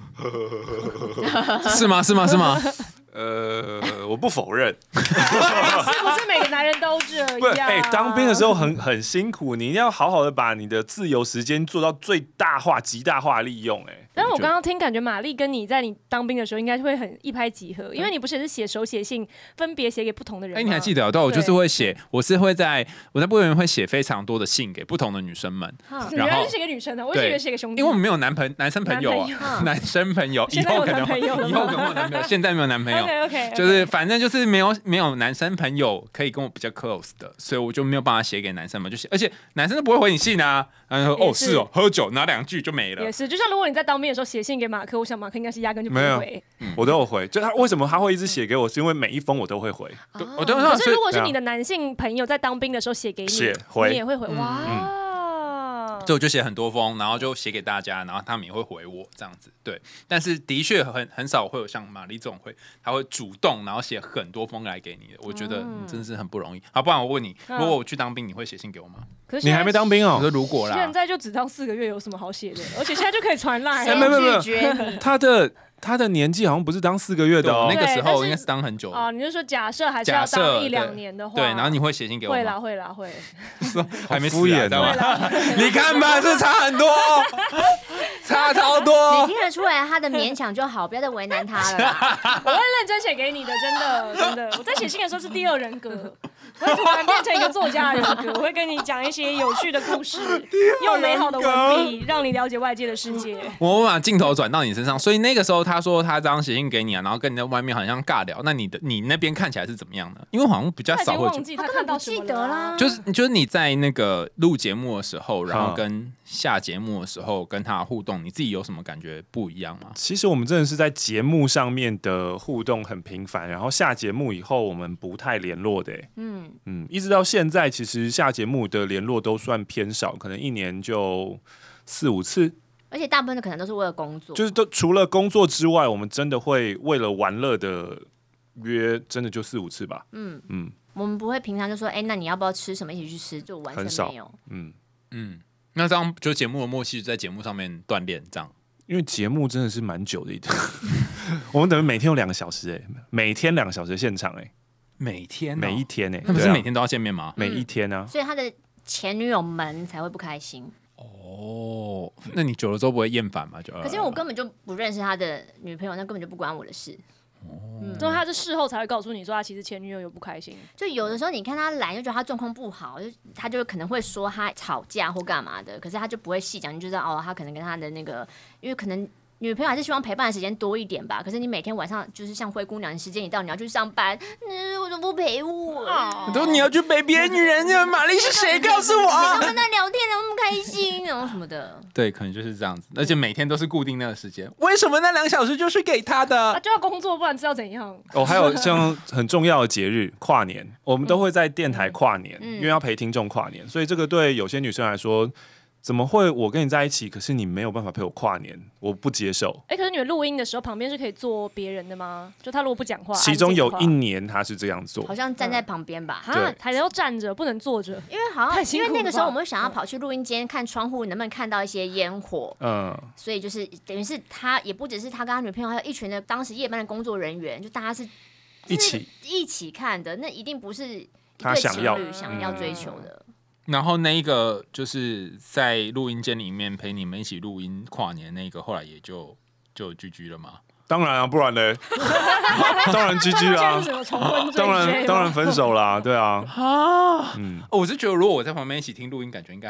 是吗？ 我不否认， 是不是每个男人都这样？ 当兵的时候很辛苦，你一定要好好的把你的自由时间做到最大化、极大化利用。 但是我刚刚听，感觉玛丽跟你在你当兵的时候应该会很一拍即合，因为你不是也是写手写信，分别写给不同的人吗？ 你还记得？对，我就是会写，我在部队里面会写非常多的信给不同的女生们。 原来是写给女生的，我以为写给兄弟。 因为我们没有男生朋友啊，男生朋友以后可能会有男朋友，现在没有男朋友。 OK， 就是反正就是没有男生朋友可以跟我比较 close 的，所以我就没有办法写给男生们，而且男生都不会回你信啊。然后是哦，喝酒拿2句就没了。 也是，就像如果你在当兵的时候写信给马克，我想马克应该是压根就不会回。 我都有回，就他为什么他会一直写给我，是因为每一封我都会回。 可是如果是你的男性朋友在当兵的时候写给你，你也会回哇。 所以我就写很多封，然后就写给大家，然后他们也会回我这样子。对，但是的确很少会有像玛丽这种他会主动然后写很多封来给你的。我觉得你真的是很不容易。好，不然我问你，如果我去当兵，你会写信给我吗？ 可是你还没当兵哦。 我说如果啦， 现在就只当4个月，有什么好写的？而且现在就可以传赖。 没有，他的年纪好像不是当4个月的哦， 那个时候应该是当很久哦。你就说假设还是要当1、2年的话， 对，然后你会写信给我吗？ 会。 还没敷衍的，你看吧，是差很多，差超多。 你听得出来他的勉强就好，不要再为难他了啦。 我会认真写给你的，真的。我在写信的时候是第2人格。我会突然变成一个作家的人格，我会跟你讲一些有趣的故事，用美好的文笔让你了解外界的世界。 我把镜头转到你身上，所以那个时候他说他这样写信给你啊，然后跟你在外面好像尬聊，那你那边看起来是怎么样的？因为好像比较少会忘记他看到什么了，记得啦。 就是你在那个录节目的时候，然后跟下节目的时候跟他互动，你自己有什么感觉不一样吗？ 其实我们真的是在节目上面的互动很频繁，然后下节目以后我们不太联络的。一直到现在，其实下节目的联络都算偏少，可能1年就4、5次。 而且大部分的可能都是为了工作， 就是都除了工作之外，我们真的会为了玩乐的约，真的就4、5次吧。 我们不会平常就说，那你要不要吃什么一起去吃，就完全没有。 那这样就节目的默契在节目上面锻炼，这样。 因为节目真的是蛮久的一段，我们等于每天有2个小时每天2个小时的现场每一天那不是每天都要见面吗？ 每一天啊， 所以他的前女友们才会不开心。 哦，那你久了之后不会厌烦吗？ 可是我根本就不认识他的女朋友，那根本就不关我的事。 所以他是事后才会告诉你说他其实前女友有不开心。 就有的时候你看他来就觉得他状况不好，他就可能会说他吵架或干嘛的，可是他就不会细讲，你就知道他可能跟他的那个，因为可能女朋友还是希望陪伴的时间多一点吧。可是你每天晚上就是像灰姑娘的时间一到，你要去上班，我怎么不陪我？ 都你要去陪别的女人，玛丽是谁？告诉我。 我跟他聊天那么开心，然后什么的。 对，可能就是这样子，而且每天都是固定那个时间。为什么那2个小时就是给他的？ 他就要工作，不然知道怎样。 还有像很重要的节日，跨年，我们都会在电台跨年，因为要陪听众跨年，所以这个对有些女生来说。怎么会我跟你在一起，可是你没有办法陪我跨年？我不接受。 可是你们录音的时候旁边是可以坐别人的吗？就他如果不讲话， 其中有1年他是这样做， 好像站在旁边吧？ 还要站着，不能坐着， 因为好像因为那个时候我们会想要跑去录音间看窗户能不能看到一些烟火，所以就是等于是他也不只是他跟他女朋友，还有一群的当时夜班的工作人员，就大家是一起看的，那一定不是一对情侣想要追求的。 然后那一个就是在录音间里面陪你们一起录音跨年那个，后来也就GG了嘛。 当然啊，不然嘞，当然 GG 啊，当然分手啦，对啊。 我是觉得如果我在旁边一起听录音，感觉应该很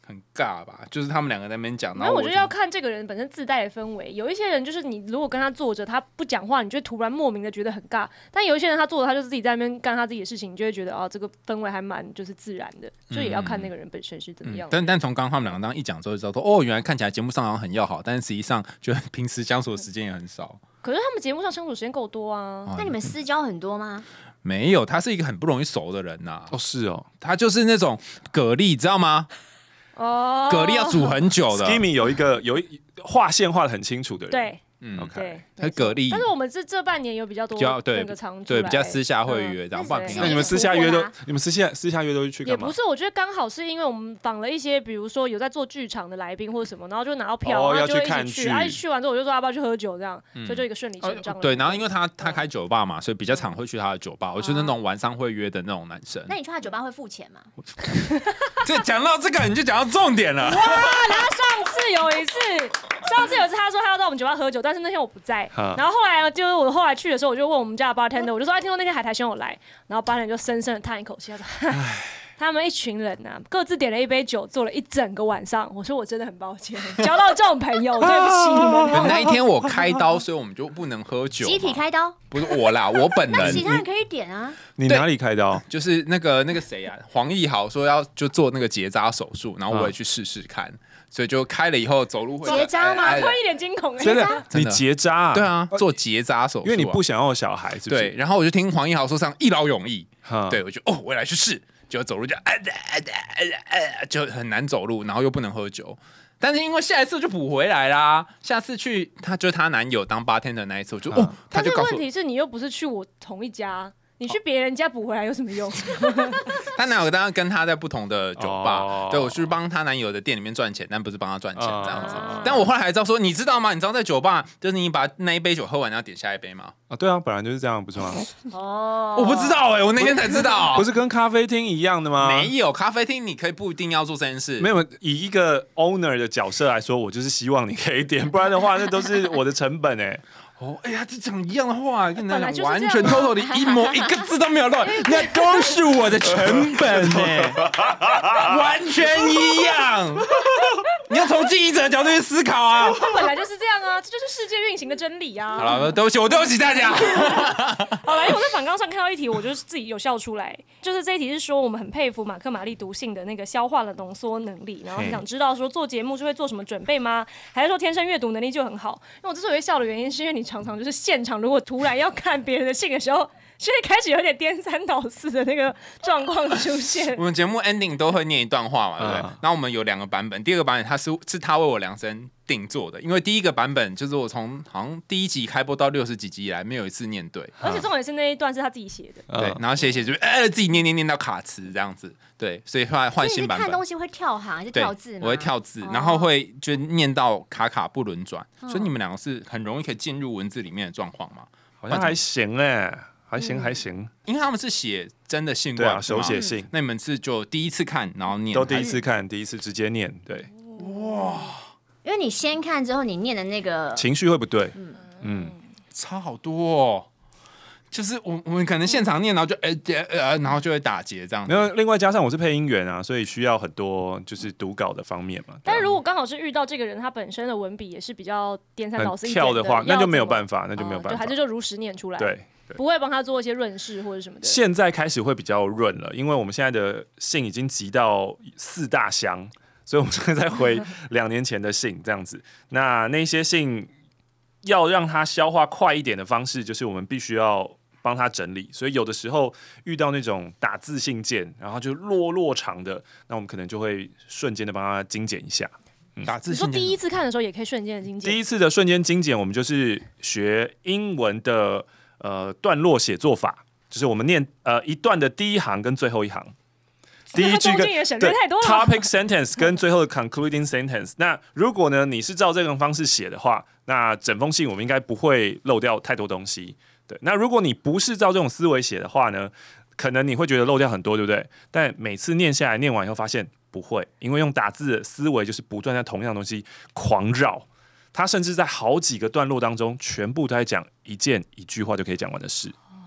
很尬吧，就是他们两个在那边讲，然后然后我觉得要看这个人本身自带的氛围。有一些人就是你如果跟他坐着，他不讲话，你就会突然莫名的觉得很尬；但有一些人他坐着，他就自己在那边干他自己的事情，你就会觉得这个氛围还蛮就是自然的。所以也要看那个人本身是怎么样的。 但从刚刚他们两个当一讲之后就知道说，原来看起来节目上好像很要好，但是实际上就平时相处的时间也很少。 可是他们节目上相处时间够多啊。 那你们私交很多吗？ 没有，他是一个很不容易熟的人呐。 是哦， 他就是那种蛤蜊，知道吗？蛤蜊要煮很久的。 Skimmy 有一划线画的很清楚的人。 对。 OK， 他蛤蜊。 但是我们这半年有比较多那个常对，比较私下会约这样。 那你们私下约都去干嘛？ 也不是，我觉得刚好是因为我们访了一些，比如说有在做剧场的来宾或者什么，然后就拿到票，然后就会一起去。去完之后我就说要不要去喝酒这样，所以就一个顺理成章。 对，然后因为他开酒吧嘛，所以比较常会去他的酒吧。我就是那种晚上会约的那种男生。 那你去他酒吧会付钱吗？ 这讲到这个你就讲到重点了。 哇！然后上次有一次他说他要到我们酒吧喝酒，但是那天我不在。然后后来就是我后来去的时候，我就问我们家的 bartender， 我就说听说那天海苔兄有来，然后 bartender 就深深的叹一口气，他说他们一群人各自点了一杯酒，坐了一整个晚上。我说我真的很抱歉，交到这种朋友，对不起你们。 那一天我开刀，所以我们就不能喝酒。 集体开刀？ 不是我啦，我本人。 那其他人可以点啊。 你哪里开刀？ 就是那个谁啊，黄义豪说要就做那个结扎手术，然后我也去试试看。所以就开了以后走路会结扎吗？ 会一脸惊恐。 真的，你结扎？ 对啊，做结扎手术， 因为你不想要有小孩，是不是？ 对。然后我就听黄义豪说上一劳永逸，对我就我也来去试，就走路就很难走路，然后又不能喝酒。但是因为下一次就补回来啦，下次去她男友当 bartender 那一次，我就他就告诉我， 但是问题是你又不是去我同一家。你去别人家补回来有什么用？ 她男友当然跟她在不同的酒吧，对我去帮她男友的店里面赚钱，但不是帮她赚钱这样子。但我后来还知道说，你知道吗？你知道在酒吧，就是你把那一杯酒喝完，然后点下一杯吗？ 对啊，本来就是这样，不是吗？ 我不知道我那天才知道， 不是跟咖啡厅一样的吗？ 没有，咖啡厅你可以不一定要做这件事。 没有，以一个 owner 的角色来说，我就是希望你可以点，不然的话，那都是我的成本哎。 哎呀，这讲一样的话，跟他讲完全偷偷的一模一个字都没有乱，那都是我的成本呢，完全一样。你要从记忆者的角度去思考啊。 本来就是这样啊，这就是世界运行的真理啊。 好了，对不起，我对不起大家。 好了，因为我在反纲上看到一题，我就是自己有笑出来。就是这一题是说，我们很佩服马克·玛丽毒性的那个消化的浓缩能力，然后很想知道说做节目是会做什么准备吗？还是说天生阅读能力就很好？因为我之所以会笑的原因，是因为你常常就是现场如果突然要看别人的信的时候，所以开始有点颠三倒四的那个状况出现。 我们节目 ending 都会念一段话嘛，对不对？然后我们有2个版本，第2个版本是他为我量身定做的，因为第一个版本就是我从好像第1集开播到60几集以来没有一次念对， 而且重点是那一段是他自己写的， 对，然后写就自己念到卡词这样子，对，所以后来换新版本。 看东西会跳行还是跳字吗？ 我会跳字，然后会就念到卡不轮转，所以你们2个是很容易可以进入文字里面的状况嘛？ 好像还行哎。还行， 因为他们是写真的信， 对啊，手写信。 那你们是就第一次看，然后念， 都第一次看，第一次直接念，对。 哇！因为你先看之后，你念的那个情绪会不对， 差好多哦。就是我们可能现场念，然后就然后就会打结这样。 没有，另外加上我是配音员啊，所以需要很多就是读稿的方面嘛。 但是如果刚好是遇到这个人，他本身的文笔也是比较颠三倒四一点跳的话，那就没有办法， 对，还是就如实念出来。 对。 不会帮他做一些润饰或者什么的。 现在开始会比较润了，因为我们现在的信已经集到4大箱，所以我们现在在回2年前的信这样子。那些信要让它消化快一点的方式，就是我们必须要帮他整理。所以有的时候遇到那种打字信件，然后就落长的，那我们可能就会瞬间的帮他精简一下。 打字信件， 你说第一次看的时候也可以瞬间的精简？ 第一次的瞬间精简，我们就是学英文的。段落写作法，就是我们念一段的第一行跟最后一行，第一句跟对 topic sentence 跟最后的 concluding sentence。那如果呢你是照这种方式写的话，那整封信我们应该不会漏掉太多东西。对，那如果你不是照这种思维写的话呢，可能你会觉得漏掉很多，对不对？但每次念下来，念完以后发现不会，因为用打字的思维就是不断在同样的东西狂绕。他甚至在好几个段落当中，全部都在讲一句话就可以讲完的事。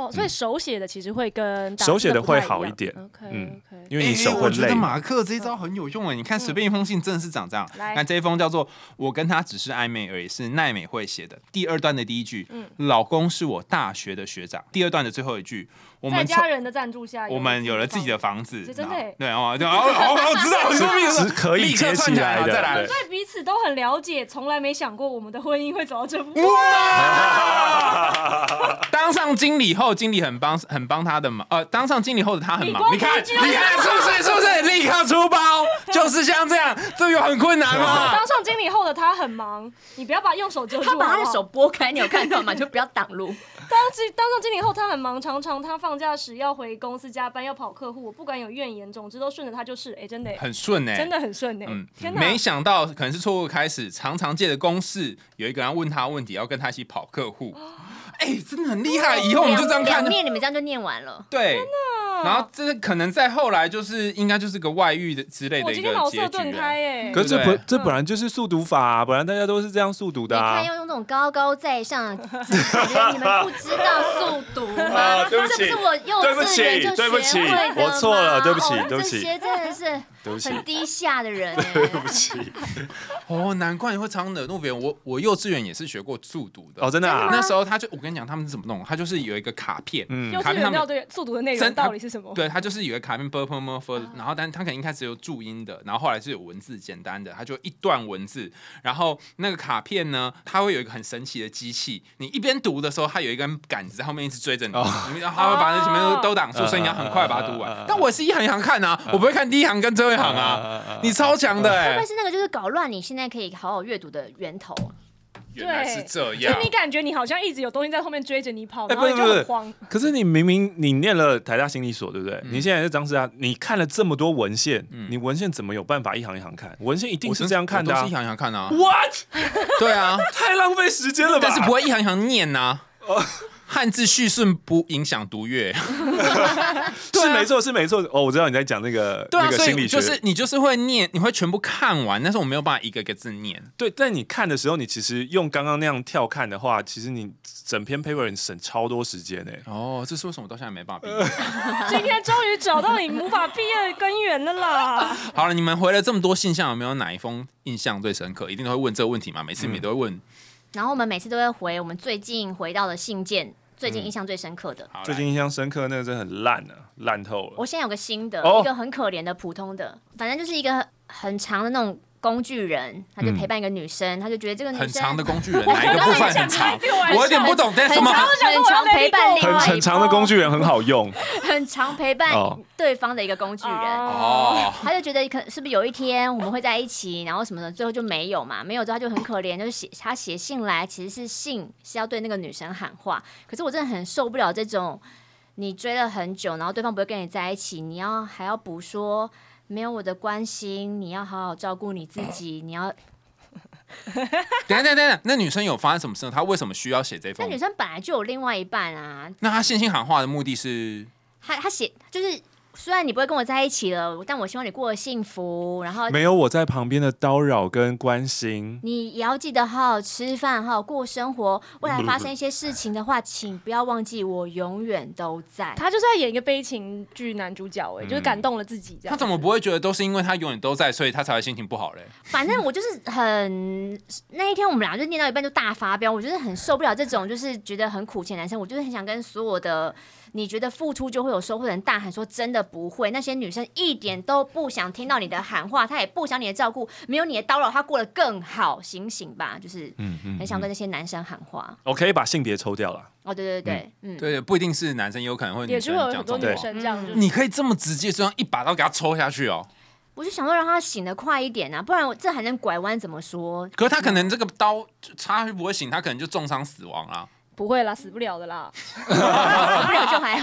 所以手写的其实会跟打字手写的会不太好一点。 OK， 因为你手会累我觉得。马克这一招很有用哎，你看随便一封信真的是长这样。 来看这一封叫做“我跟他只是暧昧而已”，是奈美惠写的。第二段的第一句，老公是我大学的学长。第二段的最后一句， 在家人的赞助下， 我们有了自己的房子。 这真的对哦，对哦，我知道， 是可以接起来的。 再来， 对彼此都很了解，从来没想过我们的婚姻会走到这步。 哇！当上经理后，经理很帮他的忙。当上经理后的他很忙。你看，是不是立刻出包？就是像这样，这有很困难吗？ 当上经理后的他很忙，你不要用手遮住。 他把他的手拨开，你有看到吗？就不要挡路。 当上经理后他很忙，常常他放假时要回公司加班，要跑客户，我不敢有怨言，总之都顺着他就是。真的很顺真的很顺天哪！ 没想到可能是错误开始，常借的公事，有一个人问他问题，要跟他一起跑客户。真的很厉害！以后我们就这样看， 两面你们这样就念完了。 对，然后这可能在后来应该就是个外遇的之类的一个结局。我今天茅塞顿开可是这本来就是速读法，本来大家都是这样速读的。 你看要用这种高高在上的字，你们不知道速读吗？ 对不起， 这不是我幼稚园就学会的吗？ 我错了，对不起，对不起。 这些真的是很低下的人。 对不起。 难怪你会常惹怒别人。我幼稚园也是学过速读的。 真的啊？ 那时候我跟你讲他们是怎么弄，他就是有一个卡片， 幼稚园要对速读的内容到底是什么？ 对，他就是有一个卡片 然后但他可能一开始有注音的，然后后来是有文字简单的，他就一段文字，然后那个卡片呢，它会有一个很神奇的机器，你一边读的时候，它有一根杆子在后面一直追着你，然后它会把那前面都挡住，所以你要很快把它读完。但我是一行一行看啊，我不会看第一行跟最后一行啊，你超强的会不会是那个就是搞乱你现在可以好好阅读的源头？ 原来是这样， 就你感觉你好像一直有东西在后面追着你跑，然后你就很慌。 可是你明明你念了台大心理所，对不对？你现在是张师大，你看了这么多文献，你文献怎么有办法一行一行看？文献一定是这样看的， 都是一行一行看啊。 What？ 对啊， 太浪费时间了吧？ 但是不会一行一行念啊。汉字序顺不影响读阅， 是没错。我知道你在讲那个心理学， 就是你就是会念，你会全部看完，但是我没有办法一个个字念。 对，但你看的时候，你其实用刚刚那样跳看的话，其实你整篇 paper 你省超多时间呢。 这是为什么我到现在没办法毕业？ 今天终于找到你无法毕业的根源了啦！ 好了，你们回了这么多信箱，有没有哪一封印象最深刻？一定都会问这个问题嘛？每次你们都会问。 然后我们每次都会回我们最近回到的信件。最近印象最深刻的， 最近印象深刻那个真的很烂了，烂透了。 我现在有个新的，一个很可怜的普通的，反正就是一个很长的那种工具人，他就陪伴一个女生，他就觉得这个女生很长的工具人，哪一个部分很长？我有点不懂， 什么很长陪伴另外很长的工具人很好用， 很长陪伴对方的一个工具人。他就觉得是不是有一天我们会在一起，然后什么的，最后就没有嘛，没有之后他就很可怜，就是他写信来，其实是要对那个女生喊话。可是我真的很受不了这种，你追了很久，然后对方不会跟你在一起，你还要补说。没有我的关心，你要好好照顾你自己。你要等一下，那女生有发生什么事？她为什么需要写这封？ 那女生本来就有另外一半啊。 那她信心喊话的目的是？ 她写就是。虽然你不会跟我在一起了，但我希望你过得幸福。然后没有我在旁边的叨扰跟关心， 你也要记得好好吃饭，好好过生活。未来发生一些事情的话，请不要忘记我永远都在。 他就是在演一个悲情剧男主角，就是感动了自己这样。 他怎么不会觉得都是因为他永远都在，所以他才会心情不好嘞？ 反正我就是那一天我们俩就念到一半就大发飙，我就是很受不了这种就是觉得很苦情的男生，我就是很想跟所有的。你觉得付出就会有收获的人大喊说真的不会，那些女生一点都不想听到你的喊话，她也不想你的照顾，没有你的叨扰，她过得更好，醒醒吧，就是很想跟那些男生喊话。 我可以把性别抽掉了。 对， 对，不一定是男生，也有可能会也是会有很多女生这样， 你可以这么直接，这样一把刀给他抽下去哦。 我就想说让他醒得快一点啊，不然这还能拐弯怎么说？ 可是他可能这个刀插下去不会醒，他可能就重伤死亡啦。 不会啦，死不了的啦， 死不了就还好。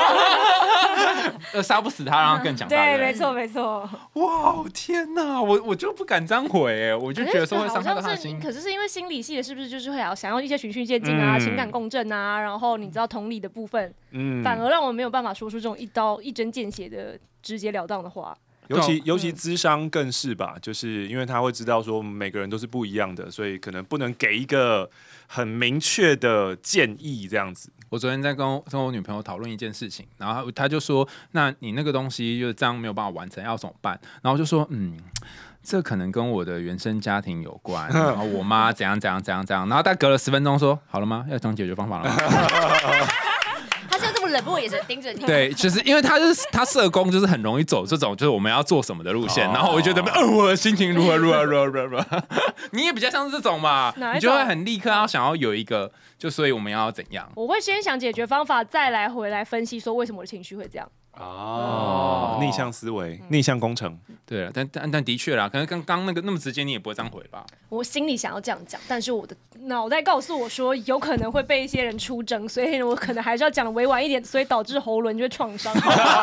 杀不死他，让他更强大。 对，没错。 哇，天哪，我就不敢这样回哎，我就觉得说会伤害到他的心。 可是因为心理系的，是不是就是会想要一些循序渐进啊，情感共振啊，然后你知道同理的部分，反而让我没有办法说出这种一针见血的直截了当的话。 尤其咨商更是吧，就是因为他会知道说每个人都是不一样的，所以可能不能给一个很明确的建议这样子。 我昨天在跟我女朋友讨论一件事情，然后她就说：“那你那个东西就是这样没有办法完成，要怎么办？”然后我就说：“这可能跟我的原生家庭有关，然后我妈怎样。”然后大概隔了10分钟说：“好了吗？要讲解决方法了吗？” 他是用这么冷漠的眼神盯着你。 对，就是因为他社工就是很容易走这种就是我们要做什么的路线，然后我就觉得我的心情如何，你也比较像是这种嘛，你就会很立刻要想要有一个，就所以我们要怎样？ 我会先想解决方法，再来回来分析说为什么我的情绪会这样。 逆向思维，逆向工程。 对了，但的确啦，可能刚那个那么直接，你也不会这样回吧？ 我心里想要这样讲，但是我的脑袋告诉我说，有可能会被一些人出征，所以我可能还是要讲的委婉一点，所以导致喉咙就会创伤。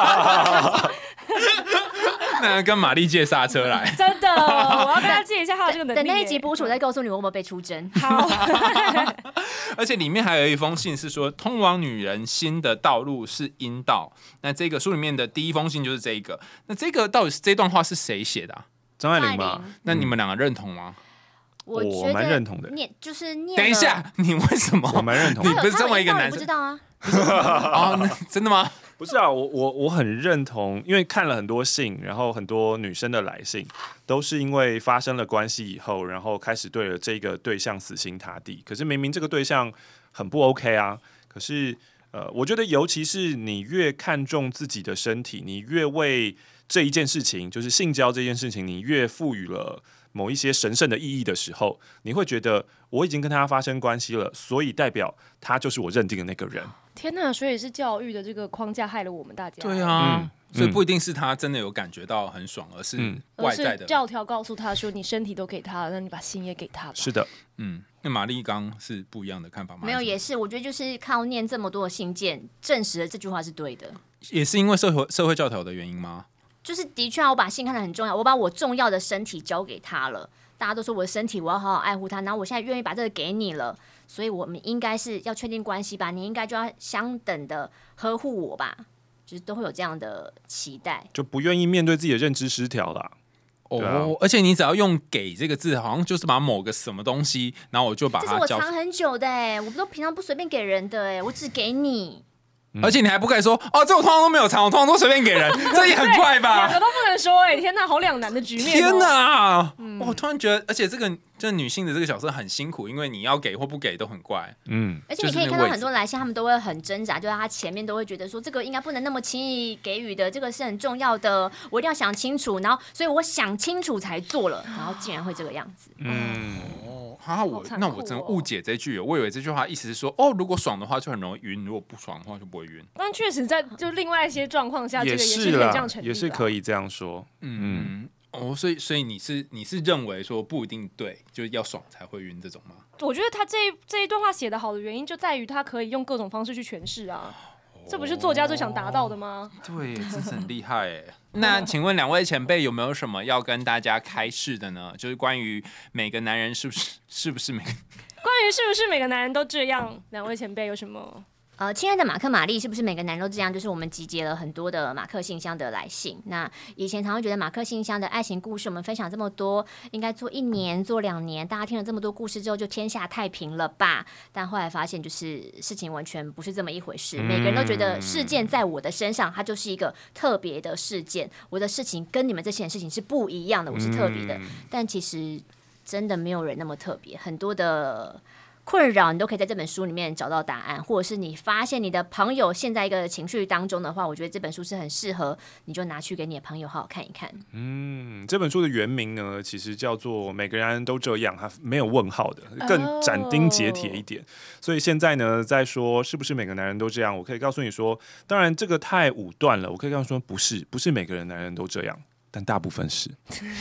那跟玛丽借刹车来， 真的，我要跟他借一下他的这个能力。 等那一集播出，我再告诉你我有没有被出征。 好。 而且里面还有一封信是说，通往女人心的道路是阴道。那这个书里面的第一封信就是这一个。那这个到底是这段话是谁写的啊？ 张爱玲吧？ 那你们两个认同吗？ 我蛮认同的。 就是念。 等一下，你为什么？ 我蛮认同的。 你不是这么一个男生？ 不知道啊。 真的吗？ 不是啊，我很认同，因为看了很多信，然后很多女生的来信，都是因为发生了关系以后，然后开始对了这个对象死心塌地。可是明明这个对象很不 OK 啊，可是我觉得尤其是你越看重自己的身体，你越为这一件事情，就是性交这件事情，你越赋予了某一些神圣的意义的时候，你会觉得我已经跟他发生关系了，所以代表他就是我认定的那个人。 天哪，所以是教育的这个框架害了我们大家。 对啊，所以不一定是他真的有感觉到很爽，而是外在的教条告诉他说，你身体都给他了，那你把心也给他吧。 是的， 那玛丽刚是不一样的看法吗？ 没有，也是，我觉得就是靠念这么多的信件，证实了这句话是对的。 也是因为社会教条的原因吗？ 就是的确啊，我把性看得很重要，我把我重要的身体交给他了。大家都说我的身体我要好好爱护它，然后我现在愿意把这个给你了，所以我们应该是要确定关系吧，你应该就要相等的呵护我吧，就是都会有这样的期待， 就不愿意面对自己的认知失调啦。 而且你只要用“给”这个字，好像就是把某个什么东西，然后我就把它交。 这是我藏很久的我都平常不随便给人的我只给你。 而且你还不可以说这我通常都没有藏，我通常都随便给人，这也很怪吧？ 两个都不能说天哪，好两难的局面。 天哪，我突然觉得，而且这女性的这个角色很辛苦，因为你要给或不给都很怪。 而且你可以看到很多来信，他们都会很挣扎，就是他前面都会觉得说这个应该不能那么轻易给予的，这个是很重要的，我一定要想清楚，然后所以我想清楚才做了，然后竟然会这个样子。 那我真误解这句，我以为这句话意思是说，如果爽的话就很容易晕，如果不爽的话就不会晕。 但确实在就另外一些状况下，这个也是可以这样成立的， 也是可以这样说。 所以你是认为说不一定对，就是要爽才会晕这种吗？ 我觉得他这一段话写得好的原因就在于他可以用各种方式去诠释啊。这不是作家最想达到的吗？ 对，真是很厉害哎。那请问两位前辈有没有什么要跟大家开示的呢？就是关于每个男人是不是每个关于是不是每个男人都这样，两位前辈有什么？ 亲爱的马克玛丽，是不是每个男人都这样？就是我们集结了很多的马克信箱的来信。那以前常常觉得马克信箱的爱情故事，我们分享这么多，应该做1年、做2年，大家听了这么多故事之后，就天下太平了吧？但后来发现，就是事情完全不是这么一回事。每个人都觉得事件在我的身上，它就是一个特别的事件，我的事情跟你们这些人事情是不一样的，我是特别的。但其实真的没有人那么特别，很多的困扰你都可以在这本书里面找到答案，或者是你发现你的朋友陷在一个情绪当中的话，我觉得这本书是很适合，你就拿去给你的朋友好好看一看。 这本书的原名呢，其实叫做《每个人都这样》，它没有问号的，更斩钉截铁一点。所以现在呢，在说是不是每个男人都这样，我可以告诉你说，当然这个太武断了，我可以告诉你说，不是每个人男人都这样，但大部分是。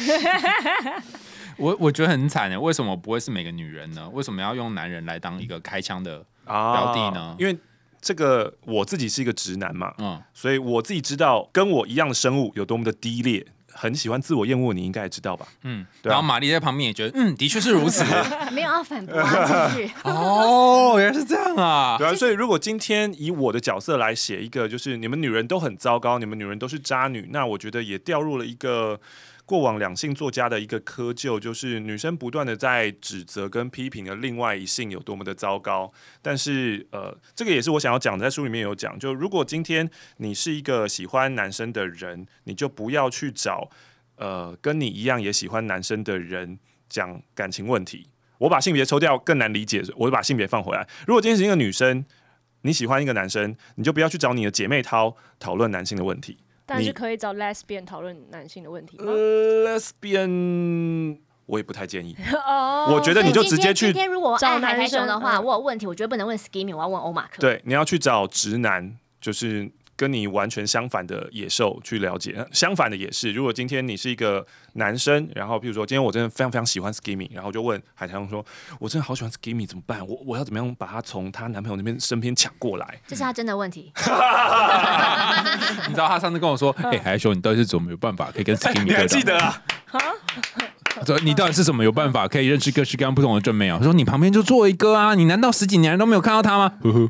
我觉得很惨的，为什么不会是每个女人呢？为什么要用男人来当一个开枪的标的呢？ 因为这个我自己是一个直男嘛，所以我自己知道跟我一样的生物有多么的低劣， 很喜欢自我厌恶，你应该也知道吧？对啊然后玛丽在旁边也觉得，的确是如此。 没有要反驳啊，继续。 哦，原来是这样啊。 对啊，所以如果今天以我的角色来写一个，就是你们女人都很糟糕，你们女人都是渣女，那我觉得也掉入了一个过往两性作家的一个窠臼，就是女生不断的在指责跟批评的另外一性有多么的糟糕。但是这个也是我想要讲的，在书里面有讲，就如果今天你是一个喜欢男生的人，你就不要去找跟你一样也喜欢男生的人讲感情问题。我把性别抽掉更难理解，我就把性别放回来。如果今天是一个女生，你喜欢一个男生，你就不要去找你的姐妹淘讨论男性的问题。 但是可以找 lesbian 讨论男性的问题吗 ？lesbian 我也不太建议。 哦， 我觉得你就直接去。 今天如果我爱找男海苔熊的话， 生我有问题，我绝对不能问 Skimmy， 我要问欧马克。 对，你要去找直男，就是跟你完全相反的野兽去了解。相反的也是，如果今天你是一个男生，然后譬如说今天我真的非常非常喜欢 Skimmy， 然后就问海苔熊说，我真的好喜欢 Skimmy 怎么办？我要怎么样把他从他男朋友那边身边抢过来？ 这是他真的问题。 你知道他上次跟我说，海熊，你到底是怎么有办法可以跟 Skimmy 你还记得啊？ 他说：“你到底是怎么有办法可以认识各式各样不同的正妹啊？”我说：“你旁边就坐一个啊，你难道10几年都没有看到他吗？”呵呵。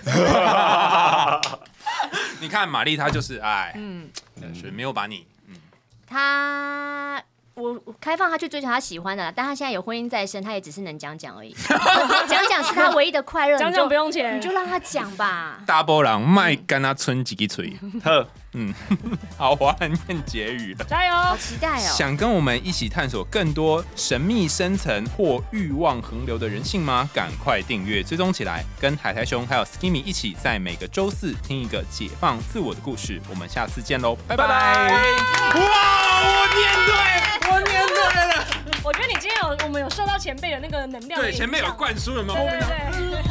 你看玛丽，她就是是没有把你， 我开放他去追求他喜欢的，但他现在有婚姻在身，他也只是能讲讲而已。讲讲是他唯一的快乐， 讲讲不用钱， 你就让他讲吧。 大波浪卖干他村几个锤，好，我要念结语了， 加油！ 好期待哦！ 想跟我们一起探索更多神秘深层或欲望横流的人性吗？赶快订阅追踪起来，跟海苔熊还有 Skimmy 一起，在每个周四听一个解放自我的故事。我们下次见喽，拜拜！哇，我念对了。 我觉得你今天我们有受到前辈的那个能量， 对，前辈有灌输，有没有？ 对。